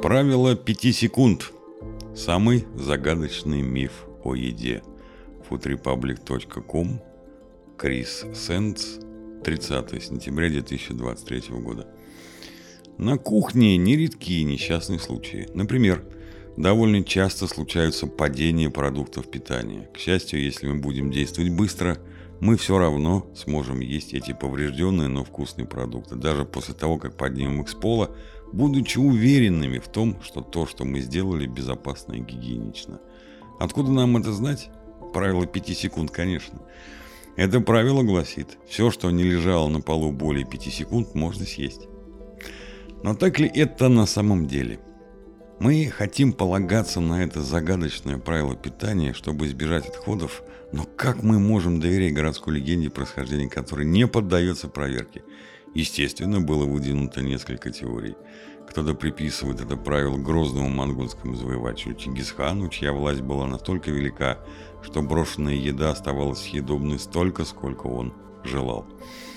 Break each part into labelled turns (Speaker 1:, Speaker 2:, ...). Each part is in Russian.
Speaker 1: Правило 5 секунд. Самый загадочный миф о еде. foodrepublic.com. Крис Сенц. 30 сентября 2023 года. На кухне нередки несчастные случаи. Например, довольно часто случаются падения продуктов питания. К счастью, если мы будем действовать быстро, мы все равно сможем есть эти поврежденные, но вкусные продукты, даже после того, как поднимем их с пола, будучи уверенными в том, что то, что мы сделали, безопасно и гигиенично. Откуда нам это знать? Правило 5 секунд, конечно. Это правило гласит, все, что не лежало на полу более 5 секунд, можно съесть. Но так ли это на самом деле? Мы хотим полагаться на это загадочное правило питания, чтобы избежать отходов, но как мы можем доверять городской легенде, происхождение которой не поддается проверке? Естественно, было выдвинуто несколько теорий. Кто-то приписывает это правило грозному монгольскому завоевателю Чингисхану, чья власть была настолько велика, что брошенная еда оставалась съедобной столько, сколько он желал.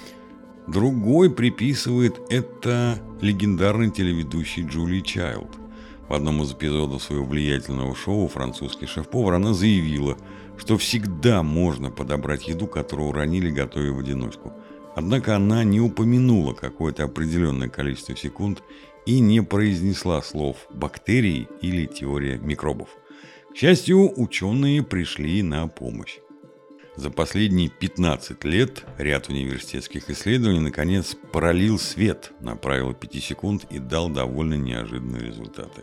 Speaker 1: Другой приписывает это легендарной телеведущей Джулии Чайлд. В одном из эпизодов своего влиятельного шоу «Французский шеф-повар» она заявила, что всегда можно подобрать еду, которую уронили, готовя в одиночку. Однако она не упомянула какое-то определенное количество секунд и не произнесла слов «бактерии» или «теория микробов». К счастью, ученые пришли на помощь. За последние 15 лет ряд университетских исследований наконец пролил свет на правило 5 секунд и дал довольно неожиданные результаты.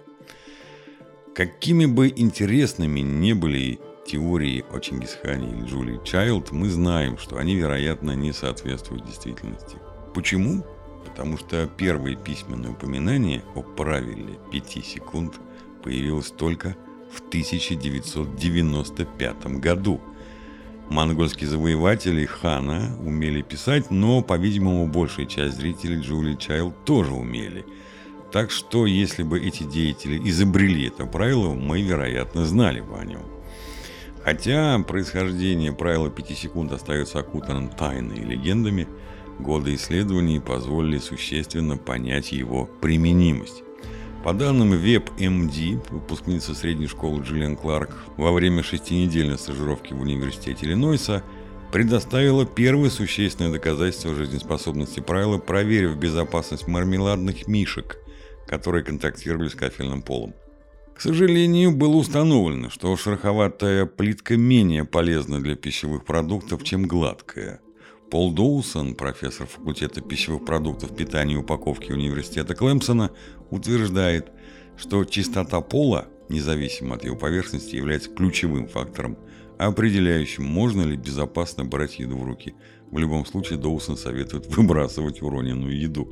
Speaker 1: Какими бы интересными ни были теории о Чингисхане или Джулии Чайлд, мы знаем, что они, вероятно, не соответствуют действительности. Почему? Потому что первое письменное упоминание о правиле 5 секунд появилось только в 1995 году. Монгольские завоеватели хана умели писать, но, по-видимому, большая часть зрителей Джулии Чайлд тоже умели. Так что, если бы эти деятели изобрели это правило, мы, вероятно, знали бы о нем. Хотя происхождение правила 5 секунд остается окутанным тайной и легендами, годы исследований позволили существенно понять его применимость. По данным WebMD, выпускница средней школы Джиллиан Кларк во время 6-недельной стажировки в университете Иллинойса предоставила первое существенное доказательство жизнеспособности правила, проверив безопасность мармеладных мишек, которые контактировали с кафельным полом. К сожалению, было установлено, что шероховатая плитка менее полезна для пищевых продуктов, чем гладкая. Пол Доусон, профессор факультета пищевых продуктов питания и упаковки университета Клемсона, утверждает, что чистота пола, независимо от его поверхности, является ключевым фактором, определяющим, можно ли безопасно брать еду в руки. В любом случае, Доусон советует выбрасывать уроненную еду.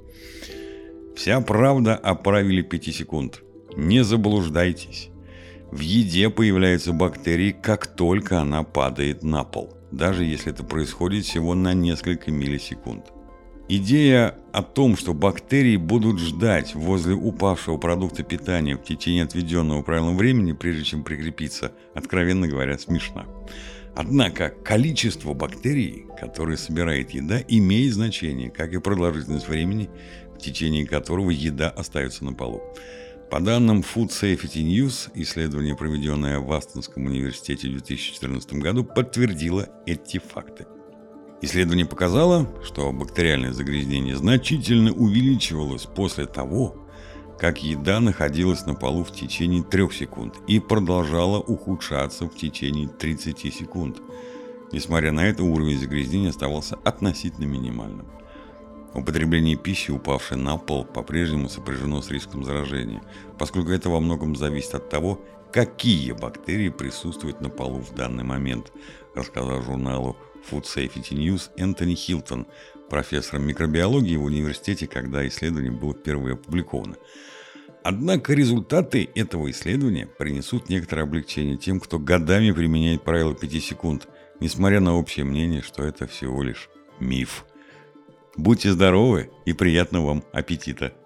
Speaker 1: Вся правда о правиле 5 секунд. Не заблуждайтесь. В еде появляются бактерии, как только она падает на пол, даже если это происходит всего на несколько миллисекунд. Идея о том, что бактерии будут ждать возле упавшего продукта питания в течение отведенного правилом времени, прежде чем прикрепиться, откровенно говоря, смешна. Однако количество бактерий, которые собирает еда, имеет значение, как и продолжительность времени, в течение которого еда остается на полу. По данным Food Safety News, исследование, проведенное в Астонском университете в 2014 году, подтвердило эти факты. Исследование показало, что бактериальное загрязнение значительно увеличивалось после того, как еда находилась на полу в течение 3 секунд и продолжала ухудшаться в течение 30 секунд. Несмотря на это, уровень загрязнения оставался относительно минимальным. Употребление пищи, упавшей на пол, по-прежнему сопряжено с риском заражения, поскольку это во многом зависит от того, какие бактерии присутствуют на полу в данный момент, рассказал журналу Food Safety News Энтони Хилтон, профессором микробиологии в университете, когда исследование было впервые опубликовано. Однако результаты этого исследования принесут некоторое облегчение тем, кто годами применяет правило 5 секунд, несмотря на общее мнение, что это всего лишь миф. Будьте здоровы и приятного вам аппетита!